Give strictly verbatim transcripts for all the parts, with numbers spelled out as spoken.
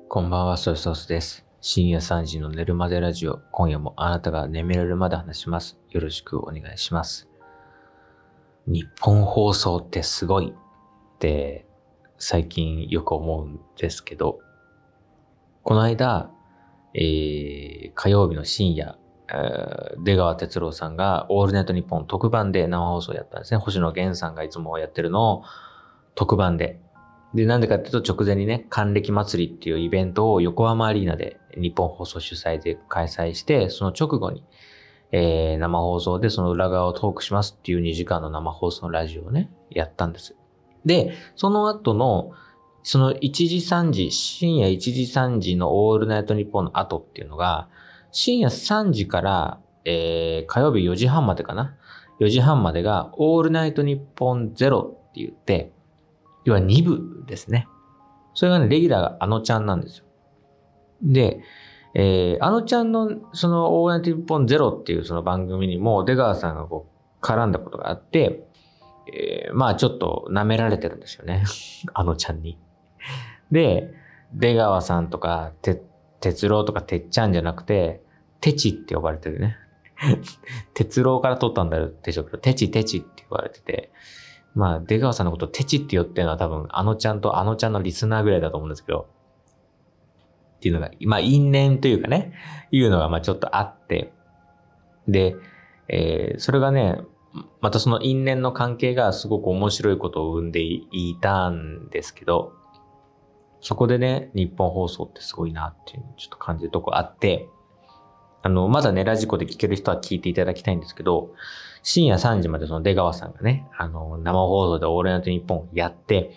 こんばんは、ソイソースです。深夜さんじの寝るまでラジオ。今夜もあなたが眠れるまで話します。よろしくお願いします。日本放送ってすごいって最近よく思うんですけど、この間、えー、火曜日の深夜、えー出川哲朗さんがオールナイトニッポン特番で生放送やったんですね。星野源さんがいつもやってるのを特番で。で、なんでかっていうと直前にね、還暦祭りっていうイベントを横浜アリーナで日本放送主催で開催して、その直後に、えー、生放送でその裏側をトークしますっていうにじかんの生放送のラジオをね、やったんです。で、その後の、そのいちじさんじ、深夜いちじさんじのオールナイトニッポンの後っていうのが、深夜さんじから、えー、火曜日よじはんまでかな。よじはんまでがオールナイトニッポンゼロって言って、要はに部ですね。それがね、レギュラーがあのちゃんなんですよ。で、えー、あのちゃんのそのオールナイトニッポンゼロっていうその番組にも出川さんがこう絡んだことがあって、えー、まあちょっと舐められてるんですよね。あのちゃんに。で、出川さんとか、て、哲郎とかてっちゃんじゃなくて、てちって呼ばれてるね。哲郎から取ったんだでしょうけど、てちてちって言われてて、まあ、出川さんのことをテチって言ってるのは多分、あのちゃんとあのちゃんのリスナーぐらいだと思うんですけど、っていうのが、まあ、因縁というかね、いうのがまあちょっとあって、で、えー、それがね、またその因縁の関係がすごく面白いことを生んでいたんですけど、そこでね、日本放送ってすごいなっていうちょっと感じるとこあって、あの、まだね、ラジコで聞ける人は聞いていただきたいんですけど、深夜さんじまでその出川さんがね、あの、生放送でオールナイトニッポンやって、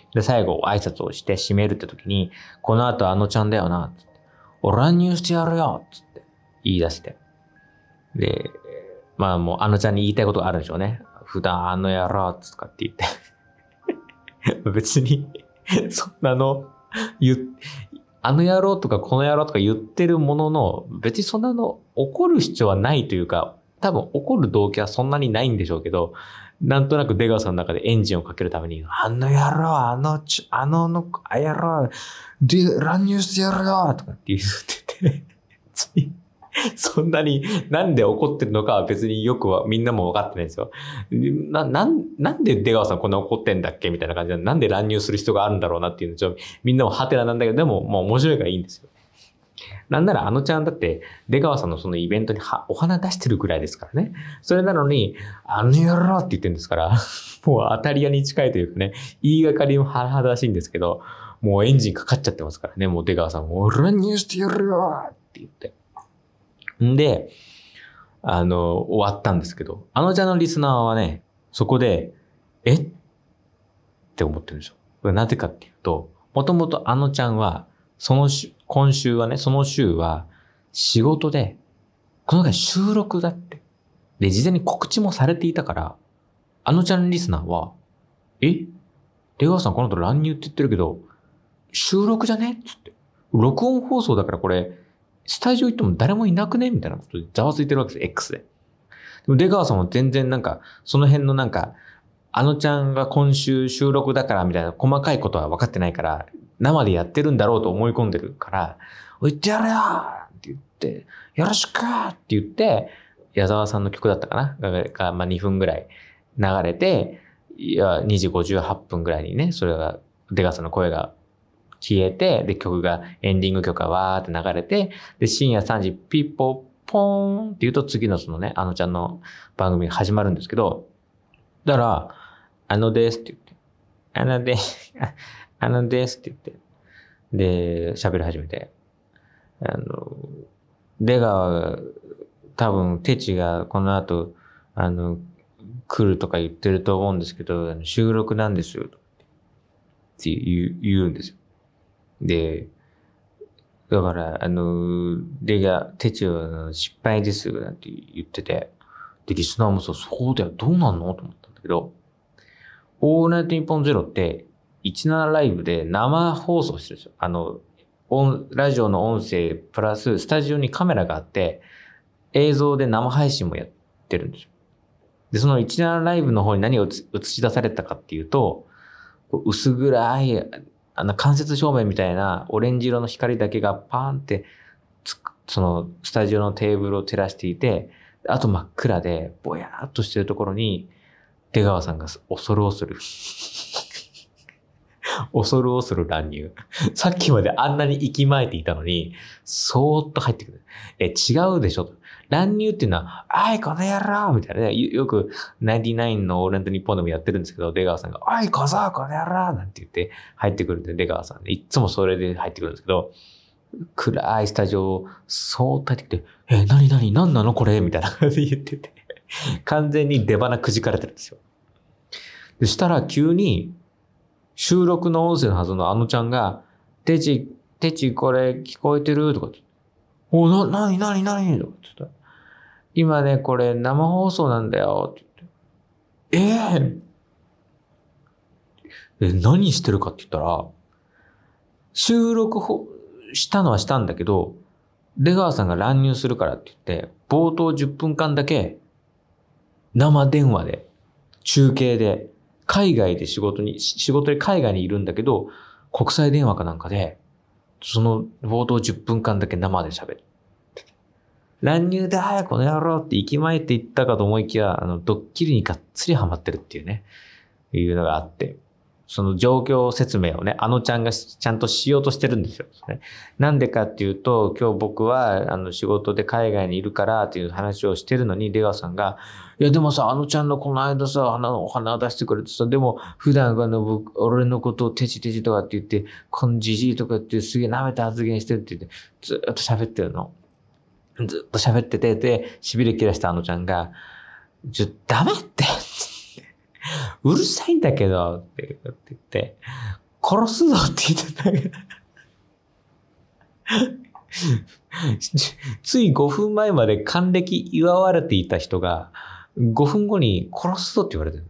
で、最後挨拶をして締めるって時に、この後あのちゃんだよな、つって、お乱入してやるよ、つって言い出して。で、まあもうあのちゃんに言いたいことがあるんでしょうね。普段あの野郎、つかって言って。別に、そんなの、言っあの野郎とかこの野郎とか言ってるものの、別にそんなの怒る必要はないというか、多分怒る動機はそんなにないんでしょうけど、なんとなく出川さんの中でエンジンをかけるために、あの野郎、あのち、あのの、あ野郎、で、乱入してやるよとかって言ってて、そんなになんで怒ってるのかは別によくはみんなも分かってないんですよ。な、なん、なんで出川さんこんな怒ってんだっけみたいな感じで、なんで乱入する必要があるんだろうなっていうのちょっとみんなもハテナなんだけど、でももう面白いからいいんですよ。なんならあのちゃんだって出川さんのそのイベントにはお花出してるぐらいですからね。それなのに、あの野郎って言ってるんですから、もう当たり屋に近いというかね、言いがかりも甚だしいんですけど、もうエンジンかかっちゃってますからね。もう出川さんも、乱入してやるよって言って。んで、あの、終わったんですけど、あのちゃんのリスナーはね、そこで、えって思ってるんですよ。これなぜかっていうと、もともとあのちゃんは、その週、今週はね、その週は、仕事で、この回収録だって。で、事前に告知もされていたから、あのちゃんのリスナーは、え出川さんこの後乱入って言ってるけど、収録じゃねつって。録音放送だからこれ、スタジオ行っても誰もいなくねみたいなことでざわついてるわけですよ、X で。でも出川さんも全然なんか、その辺のなんか、あのちゃんが今週収録だからみたいな細かいことは分かってないから、生でやってるんだろうと思い込んでるから、言ってやれよって言って、よろしくって言って、矢沢さんの曲だったかなが、がまあ、にふんぐらい流れて、いや、にじごじゅうはっぷんぐらいにね、それが、出川さんの声が消えて、で、曲が、エンディング曲がわーって流れて、で、深夜さんじ、ピッポポーンって言うと次のそのね、あのちゃんの番組が始まるんですけど、だから、あのですって言って、あので、あのですって言って、で、喋り始めて、あの、出川が、多分、テチがこの後、あの、来るとか言ってると思うんですけど、収録なんですよ、って言う、言うんですよ。で、だから、あの、出川、テチは失敗ですよ、なんて言ってて、で、リスナーもそう、そうだよ、どうなんのと思ったんだけど、オールナイトニッポンゼロって、じゅうななライブで生放送してるんですよ。あの、音、ラジオの音声プラス、スタジオにカメラがあって、映像で生配信もやってるんですよ。で、そのじゅうななライブの方に何が映し出されたかっていうと、薄暗い、 あの間接照明みたいなオレンジ色の光だけがパーンってつく、そのスタジオのテーブルを照らしていて、あと真っ暗でぼやーっとしてるところに出川さんが恐る恐る恐る恐る乱入。さっきまであんなに息巻いていたのに、そーっと入ってくる。え、違うでしょと。乱入っていうのは、あい、この野郎みたいなね。よく、ナインティナインのオールナイトニッポンでもやってるんですけど、出川さんが、おい、小僧、この野郎なんて言って入ってくるんで、出川さんね。いつもそれで入ってくるんですけど、暗いスタジオをそーっと入ってきて、え、なになになんなのこれみたいな感じで言ってて、完全に出花くじかれてるんですよ。でしたら急に、収録の音声のはずのあのちゃんが、てち、てちこれ聞こえてるとかって。お、な、なになになにとかって言ったら。今ね、これ生放送なんだよって言って。えー、え、何してるかって言ったら、収録したのはしたんだけど、出川さんが乱入するからって言って、冒頭じゅっぷんかんだけ生電話で、中継で、海外で仕事に、仕事で海外にいるんだけど、国際電話かなんかで、その冒頭じゅっぷんかんだけ生で喋る。乱入だーこの野郎って息巻いていったかと思いきや、あの、ドッキリにがっつりハマってるっていうね、いうのがあって、その状況説明をね、あのちゃんがちゃんとしようとしてるんですよ。なんでかっていうと、今日僕はあの仕事で海外にいるからっていう話をしてるのに、出川さんが、いやでもさ、あのちゃんのこの間さ、花お花を出してくれてさ、でも普段あの僕、俺のことをテチテチとかって言って、このジジイとかってすげえ舐めた発言してるって言って、ずっと喋ってるの。ずっと喋ってて、で、痺れ切らしたあのちゃんが、ちょ、ダメってうるさいんだけどって言って、殺すぞって言ってたけどついごふんまえまで還暦祝われていた人が、ごふんごに殺すぞって言われてる。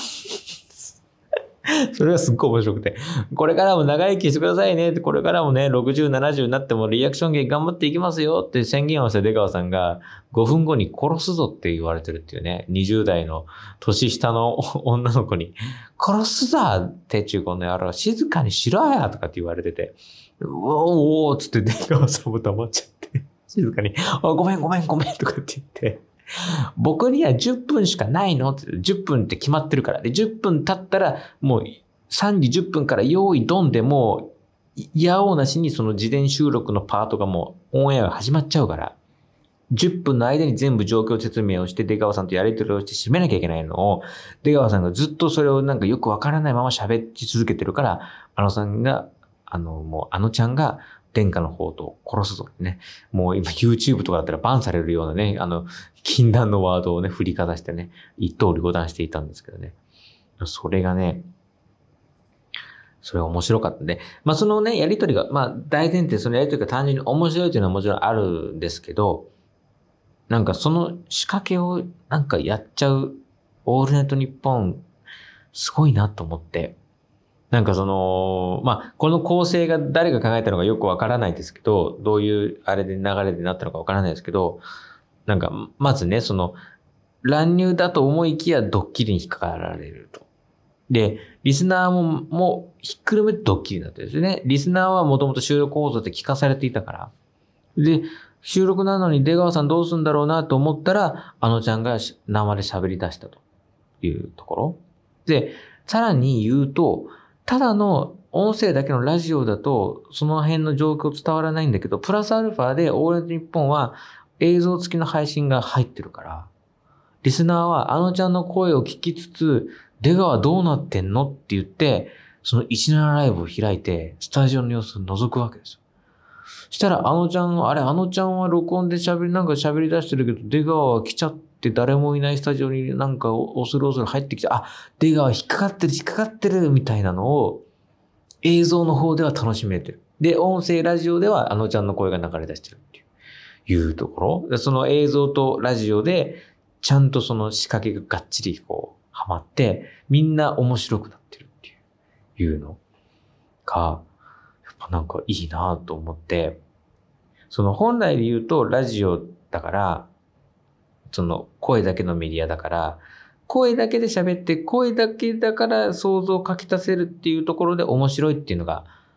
それがすっごい面白くて、これからも長生きしてくださいねって、これからもね、ろくじゅう、ななじゅうになってもリアクション芸頑張っていきますよって宣言をした出川さんが、ごふんごに殺すぞって言われてるっていうね、にじゅう代の年下の女の子に、殺すぞってちゅうこの野郎、静かにしろやとかって言われてて、うおーおーつって出川さんも黙っちゃって、静かに、ごめんごめんごめんとかって言って、僕にはじゅっぷんしかないのって、じゅっぷんって決まってるから。で、じゅっぷん経ったら、もうさんじじゅっぷんから用意ドンでもう、いやおうなしにその事前収録のパートがもうオンエアが始まっちゃうから、じゅっぷんの間に全部状況説明をして出川さんとやり取りをして締めなきゃいけないのを、出川さんがずっとそれをなんかよくわからないまま喋り続けてるから、あのさんが、あの、もうあのちゃんが、殿下の方と殺すぞってね。もう今 YouTube とかだったらバンされるようなね、あの、禁断のワードをね、振りかざしてね、一刀両断していたんですけどね。それがね、それは面白かったんで、まあそのね、やりとりが、まあ大前提そのやりとりが単純に面白いというのはもちろんあるんですけど、なんかその仕掛けをなんかやっちゃうオールナイトニッポン、すごいなと思って、なんかその、まあ、この構成が誰が考えたのかよくわからないですけど、どういうあれで流れでなったのかわからないですけど、なんか、まずね、その、乱入だと思いきやドッキリに引っかかられると。で、リスナーも、もう、ひっくるめてドッキリだったんですよね。リスナーはもともと収録放送で聞かされていたから。で、収録なのに出川さんどうするんだろうなと思ったら、あのちゃんが生で喋り出したというところ。で、さらに言うと、ただの音声だけのラジオだと、その辺の状況伝わらないんだけど、プラスアルファでオールナイトニッポンは映像付きの配信が入ってるから、リスナーはあのちゃんの声を聞きつつ、出川どうなってんのって言って、そのじゅうななライブを開いて、スタジオの様子を覗くわけですよ。したらあのちゃん、あれあのちゃんは録音で喋り、なんか喋り出してるけど、出川は来ちゃって、で、誰もいないスタジオになんか恐る恐る入ってきて、あ、出川引っかかってる、引っかかってるみたいなのを映像の方では楽しめてる。で、音声ラジオではあのちゃんの声が流れ出してるっていう、いうところ。でその映像とラジオでちゃんとその仕掛けががっちりこうはまって、みんな面白くなってるっていう、いうのが、やっぱなんかいいなと思って、その本来で言うとラジオだから、その声だけのメディアだから、声だけで喋って、声だけだから想像をかき出せるっていうところで面白いっていうのが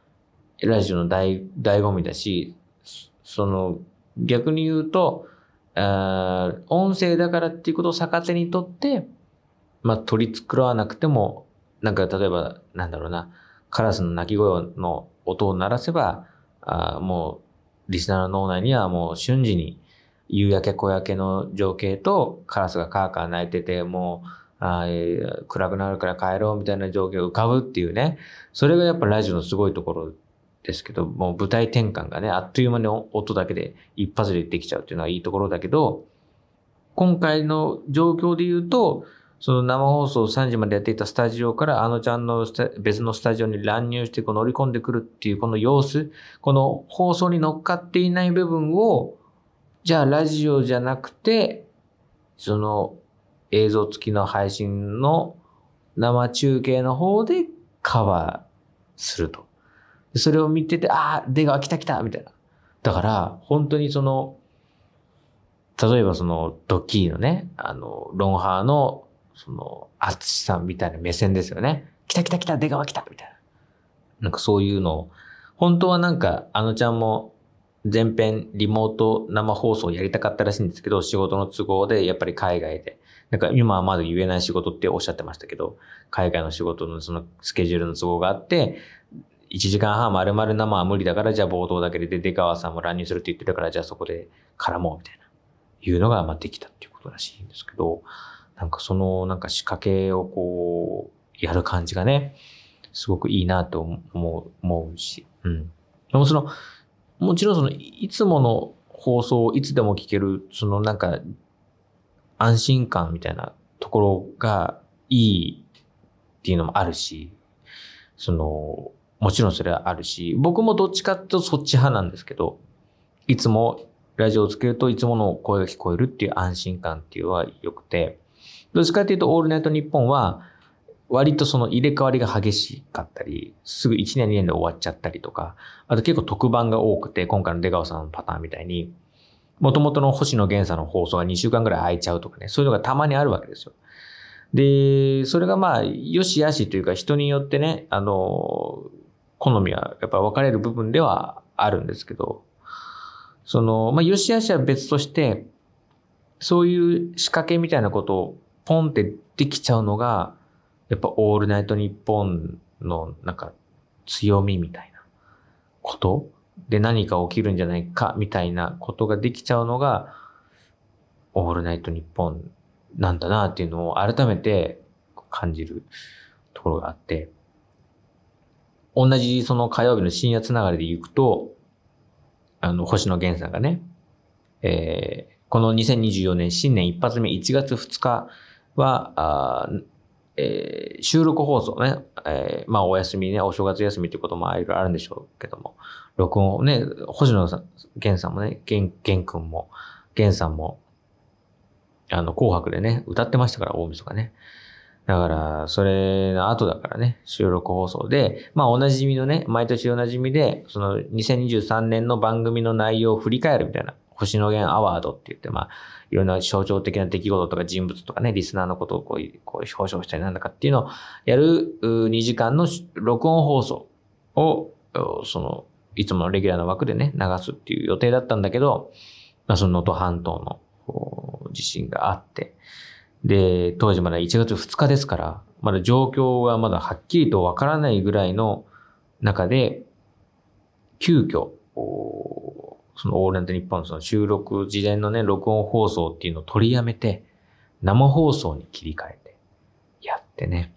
ラジオの醍醍醐味だし、その逆に言うと、あ音声だからっていうことを逆手にとって、まあ取り繕わなくても、なんか例えばなんだろうな、カラスの鳴き声の音を鳴らせば、あもうリスナーの脳内にはもう瞬時に夕焼け小焼けの情景とカラスがカーカー鳴いてて、もうあ、えー、暗くなるから帰ろうみたいな情景が浮かぶっていうね、それがやっぱラジオのすごいところですけど、もう舞台転換がね、あっという間に音だけで一発でできちゃうっていうのはいいところだけど、今回の状況で言うと、その生放送さんじまでやっていたスタジオからあのちゃんの別のスタジオに乱入してこう乗り込んでくるっていうこの様子、この放送に乗っかっていない部分を、じゃあラジオじゃなくて、その映像付きの配信の生中継の方でカバーすると。それを見てて、ああ、出川来た来たみたいな。だから、本当にその、例えばそのドッキリのね、あの、ロンハーの、その、アツシさんみたいな目線ですよね。来た来た来た、出川来たみたいな。なんかそういうのを、本当はなんか、あのちゃんも全編リモート生放送やりたかったらしいんですけど、仕事の都合でやっぱり海外で、なんか今はまだ言えない仕事っておっしゃってましたけど、海外の仕事のそのスケジュールの都合があって、いちじかんはん丸々生は無理だから、じゃあ冒頭だけで出川さんも乱入するって言ってるから、じゃあそこで絡もうみたいな、いうのがまあできたっていうことらしいんですけど、なんかそのなんか仕掛けをこう、やる感じがね、すごくいいなと思う、思うし、うん。でもその、もちろんその、いつもの放送をいつでも聞ける、そのなんか、安心感みたいなところがいいっていうのもあるし、その、もちろんそれはあるし、僕もどっちかっていうとそっち派なんですけど、いつもラジオをつけるといつもの声が聞こえるっていう安心感っていうのは良くて、どっちかっていうとオールナイトニッポンは割とその入れ替わりが激しかったり、すぐいちねんにねんで終わっちゃったりとか、あと結構特番が多くて、今回の出川さんのパターンみたいに、元々の星野源さんの放送がにしゅうかんぐらい空いちゃうとかね、そういうのがたまにあるわけですよ。で、それがまあ、よしあしというか人によってね、あの、好みはやっぱ分かれる部分ではあるんですけど、その、まあ、よしあしは別として、そういう仕掛けみたいなことをポンってできちゃうのが、やっぱオールナイトニッポンのなんか強みみたいなことで何か起きるんじゃないかみたいなことができちゃうのが、オールナイトニッポンなんだなっていうのを改めて感じるところがあって、同じその火曜日の深夜つながりで行くと、あの、星野源さんがね、えー、このにせんにじゅうよねん新年一発目いちがつふつかは、あえー、収録放送ね、えー、まあお休みね、お正月休みっていうこともいろいろあるんでしょうけども、録音をね、星野さん、源さんもね、源、源くんも、源さんも、あの、紅白でね、歌ってましたから、大晦日ね。だから、それの後だからね、収録放送で、まあおなじみのね、毎年おなじみで、そのにせんにじゅうさんねんの番組の内容を振り返るみたいな、星野源アワードって言って、まあ、いろんな象徴的な出来事とか人物とかね、リスナーのことをこう、こう表彰したりなんだかっていうのをやるにじかんの録音放送を、その、いつものレギュラーの枠でね、流すっていう予定だったんだけど、まあその能登半島の地震があって、で、当時まだいちがつふつかですから、まだ状況がまだはっきりとわからないぐらいの中で、急遽、そのオールナイトニッポンのその収録事前のね、録音放送っていうのを取りやめて、生放送に切り替えて、やってね。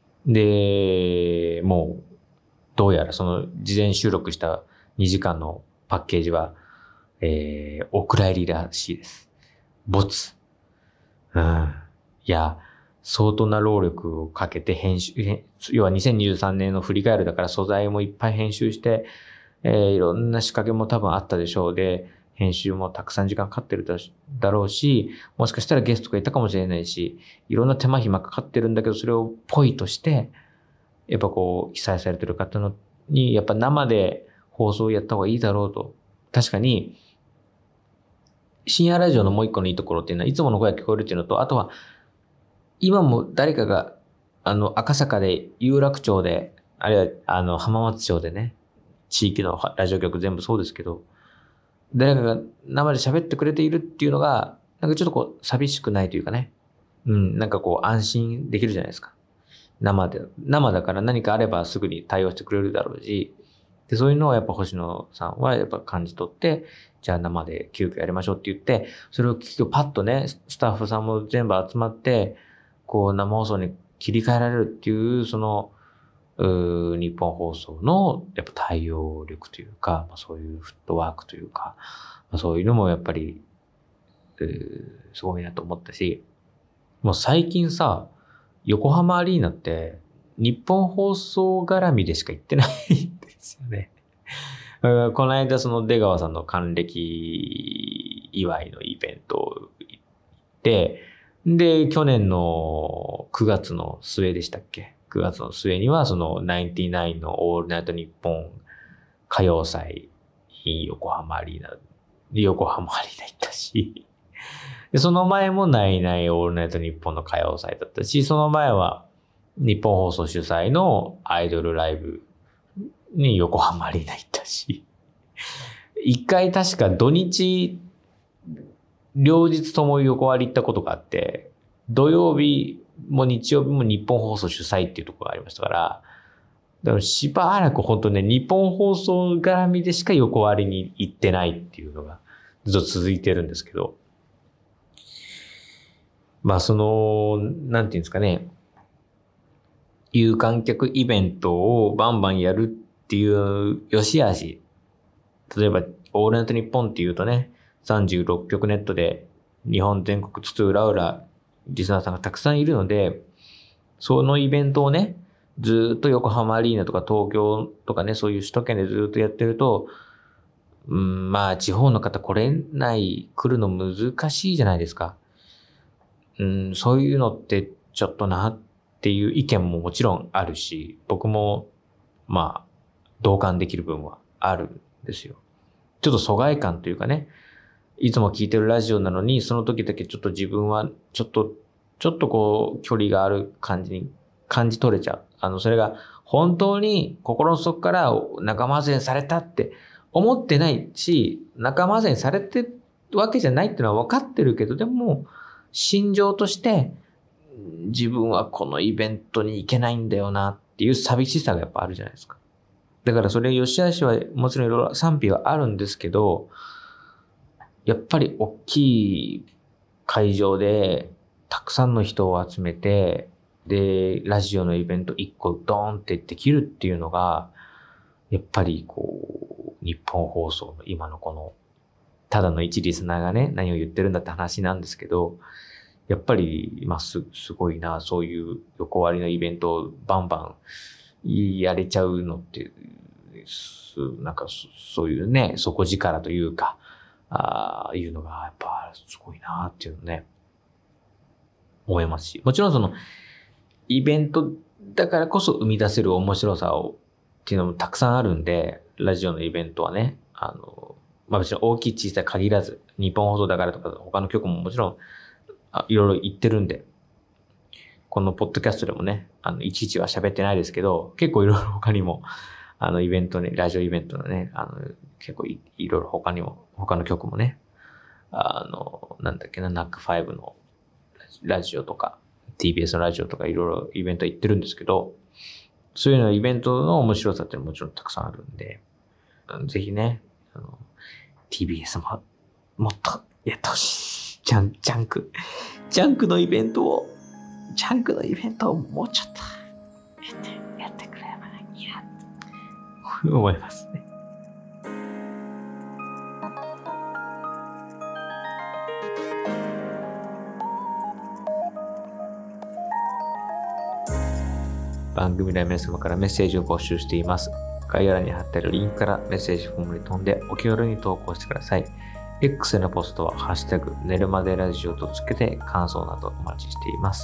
で、もう、どうやらその事前収録したにじかんのパッケージは、えー、お蔵入りらしいです。没。うん。いや、相当な労力をかけて編集、要はにせんにじゅうさんねんの振り返るだから素材もいっぱい編集して、えー、いろんな仕掛けも多分あったでしょうで、編集もたくさん時間かかってるだろうし、もしかしたらゲストがいたかもしれないし、いろんな手間暇かかってるんだけど、それをポイとして、やっぱこう、被災されてる方のに、やっぱ生で放送をやった方がいいだろうと。確かに、深夜ラジオのもう一個のいいところっていうのは、いつもの声が聞こえるっていうのと、あとは、今も誰かが、あの、赤坂で、有楽町で、あるいは、あの、浜松町でね、 地域のラジオ局全部そうですけど、誰かが生で喋ってくれているっていうのが、なんかちょっとこう寂しくないというかね。うん、なんかこう安心できるじゃないですか。生で、生だから何かあればすぐに対応してくれるだろうし、で、そういうのをやっぱ星野さんはやっぱ感じ取って、じゃあ生で急遽やりましょうって言って、それを急遽パッとね、スタッフさんも全部集まって、こう生放送に切り替えられるっていう、その、う日本放送のやっぱ対応力というか、まあ、そういうフットワークというか、まあ、そういうのもやっぱり、すごいなと思ったし、もう最近さ、横浜アリーナって日本放送絡みでしか行ってないんですよね。この間その出川さんの還暦祝いのイベントを行って、で、去年のくがつの末でしたっけ ?く 月の末にはそのナインティナインのオールナイトニッポン歌謡祭横浜アリーナ、横浜アリーナ行ったし、でその前もナイナイオールナイトニッポンの歌謡祭だったし、その前は日本放送主催のアイドルライブに横浜アリーナ行ったし、一回確か土日、両日とも横割り行ったことがあって、土曜日も日曜日も日本放送主催っていうところがありましたから、だからしばらく本当ね、日本放送絡みでしか横割りに行ってないっていうのがずっと続いてるんですけど、まあその、なんていうんですかね、有観客イベントをバンバンやるっていう良し悪し、例えばオールナイトニッポンっていうとね、さんじゅうろっきょくネットで日本全国津々浦々リスナーさんがたくさんいるので、そのイベントをね、ずっと横浜アリーナとか東京とかね、そういう首都圏でずっとやってると、うん、まあ地方の方来れない、来るの難しいじゃないですか。うん、そういうのってちょっとなっていう意見ももちろんあるし、僕もまあ同感できる部分はあるんですよ。ちょっと疎外感というかね、いつも聞いてるラジオなのに、その時だけちょっと自分はちょっと、ちょっとこう距離がある感じに感じ取れちゃう。あの、それが本当に心の底から仲間外れにされたって思ってないし、仲間外れにされてるわけじゃないっていうのは分かってるけど、でも、心情として自分はこのイベントに行けないんだよなっていう寂しさがやっぱあるじゃないですか。だからそれ良し悪しはもちろんいろいろ賛否はあるんですけど、やっぱり大きい会場でたくさんの人を集めて、で、ラジオのイベントいっこドーンってできるっていうのが、やっぱりこう、日本放送の今のこの、ただの一リスナーがね、何を言ってるんだって話なんですけど、やっぱり、まあ、す、すごいな、そういう横割りのイベントをバンバンやれちゃうのって、なんかそういうね、底力というか、ああいうのがやっぱすごいなっていうのね、思いますし、もちろんそのイベントだからこそ生み出せる面白さをっていうのもたくさんあるんで、ラジオのイベントはね、あの、まあ別に大きい小さい限らず、日本放送だからとか他の局ももちろんあいろいろ言ってるんで、このポッドキャストでもね、あの、いちいちは喋ってないですけど、結構いろいろ他にも、あの、イベントね、ラジオイベントのね、あの、結構い、いろいろ他にも、他の曲もね、あの、なんだっけな、ナックファイブのラジオとか、ティービーエス のラジオとかいろいろイベント行ってるんですけど、そういうのイベントの面白さってもちろんたくさんあるんで、ぜひね、あの、ティービーエス も、もっとやってほしい。ジャン、ジャンク、ジャンクのイベントを、ジャンクのイベントをもうちょっとやって、やってくれればいいなって思いますね。番組では皆様からメッセージを募集しています。概要欄に貼ってあるリンクからメッセージフォームに飛んでお気軽に投稿してください。X へのポストはハッシュタグ寝るまでラジオとつけて感想などお待ちしています。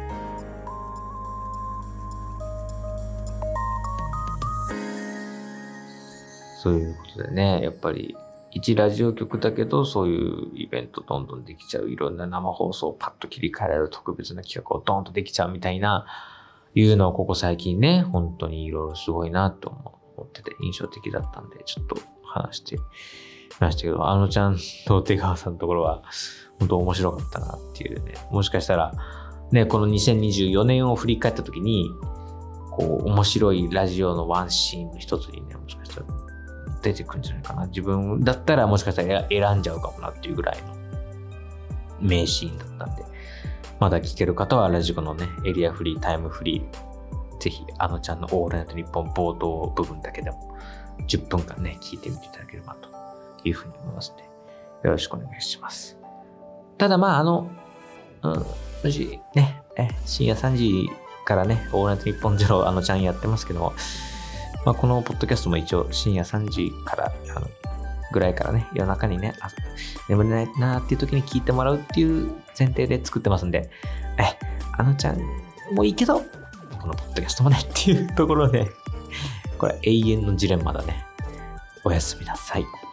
そういうことでね、やっぱり一ラジオ局だけどそういうイベントどんどんできちゃう、いろんな生放送をパッと切り替えられる特別な企画をドンとできちゃうみたいないうのをここ最近ね、本当にいろいろすごいなと思っってて印象的だったんで、ちょっと話してましたけど、あのちゃんと出川さんのところは本当面白かったなっていうね。もしかしたらね、このにせんにじゅうよねんを振り返った時に、こう面白いラジオのワンシーンの一つにね、もしかしたら出てくるんじゃないかな。自分だったらもしかしたら選んじゃうかもなっていうぐらいの名シーンだったんで、まだ聞ける方はラジコのね、エリアフリー、タイムフリー、ぜひあのちゃんのオールナイトニッポン冒頭部分だけでもじゅっぷんかんね、聞いてみていただければというふうに思いますので、よろしくお願いします。ただまあ、あの、うん、もしね、え深夜さんじからね、オールナイトニッポンゼロあのちゃんやってますけども、まあ、このポッドキャストも一応深夜さんじからあのぐらいからね、夜中にね、あ眠れないなーっていう時に聞いてもらうっていう前提で作ってますんで、え、あのちゃんもいいけど、このポッドキャストもねっていうところで、これ永遠のジレンマだね。おやすみなさい。